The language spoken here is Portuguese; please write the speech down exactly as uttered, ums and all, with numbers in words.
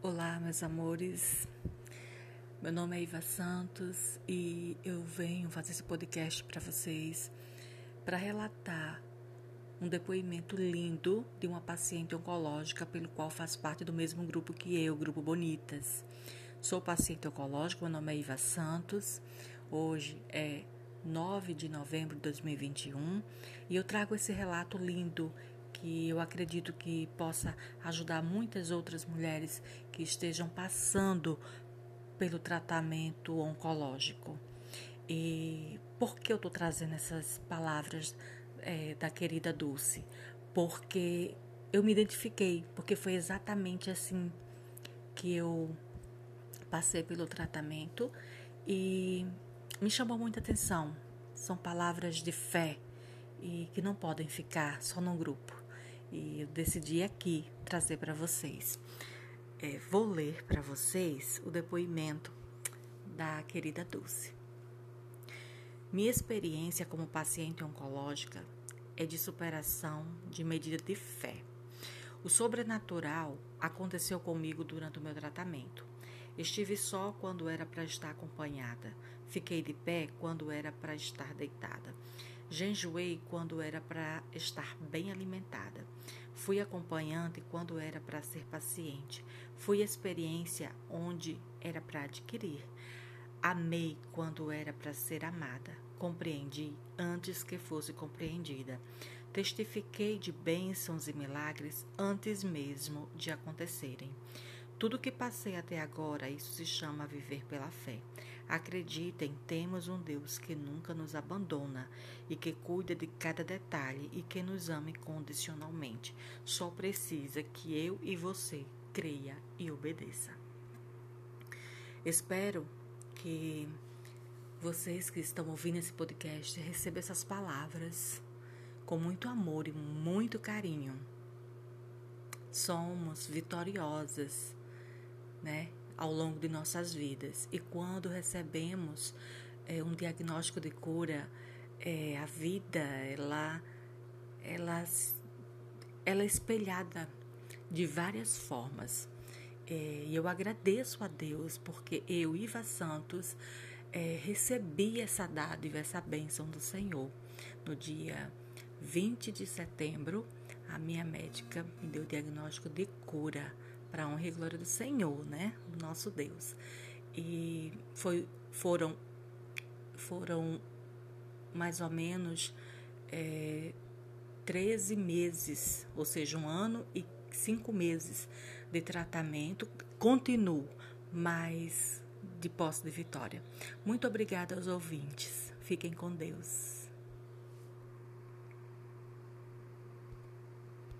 Olá, meus amores. Meu nome é Iva Santos e eu venho fazer esse podcast para vocês para relatar um depoimento lindo de uma paciente oncológica pelo qual faz parte do mesmo grupo que eu, Grupo Bonitas. Sou paciente oncológica, meu nome é Iva Santos. Hoje é nove de novembro de dois mil e vinte e um e eu trago esse relato lindo que eu acredito que possa ajudar muitas outras mulheres que estejam passando pelo tratamento oncológico. E por que eu estou trazendo essas palavras é, da querida Dulce? Porque eu me identifiquei, porque foi exatamente assim que eu passei pelo tratamento e me chamou muita atenção. São palavras de fé e que não podem ficar só num grupo. E eu decidi aqui trazer para vocês. É, vou ler para vocês o depoimento da querida Dulce. Minha experiência como paciente oncológica é de superação de medida de fé. O sobrenatural aconteceu comigo durante o meu tratamento. Estive só quando era para estar acompanhada. Fiquei de pé quando era para estar deitada. Jejuei quando era para estar bem alimentada. Fui acompanhante quando era para ser paciente. Fui experiência onde era para adquirir. Amei quando era para ser amada. Compreendi antes que fosse compreendida. Testifiquei de bênçãos e milagres antes mesmo de acontecerem. Tudo que passei até agora, isso se chama viver pela fé. Acreditem, temos um Deus que nunca nos abandona e que cuida de cada detalhe e que nos ama incondicionalmente. Só precisa que eu e você creia e obedeça. Espero que vocês que estão ouvindo esse podcast recebam essas palavras com muito amor e muito carinho. Somos vitoriosas, né, ao longo de nossas vidas. E quando recebemos é, um diagnóstico de cura, é, a vida, ela, ela, ela é espelhada de várias formas. É, e eu agradeço a Deus porque eu, Iva Santos, é, recebi essa dádiva, essa bênção do Senhor. No dia vinte de setembro, a minha médica me deu o diagnóstico de cura, para a honra e glória do Senhor, né? Do nosso Deus. E foi, foram, foram mais ou menos é, treze meses, ou seja, um ano e cinco meses de tratamento. Continuo, mas de posse de vitória. Muito obrigada aos ouvintes. Fiquem com Deus.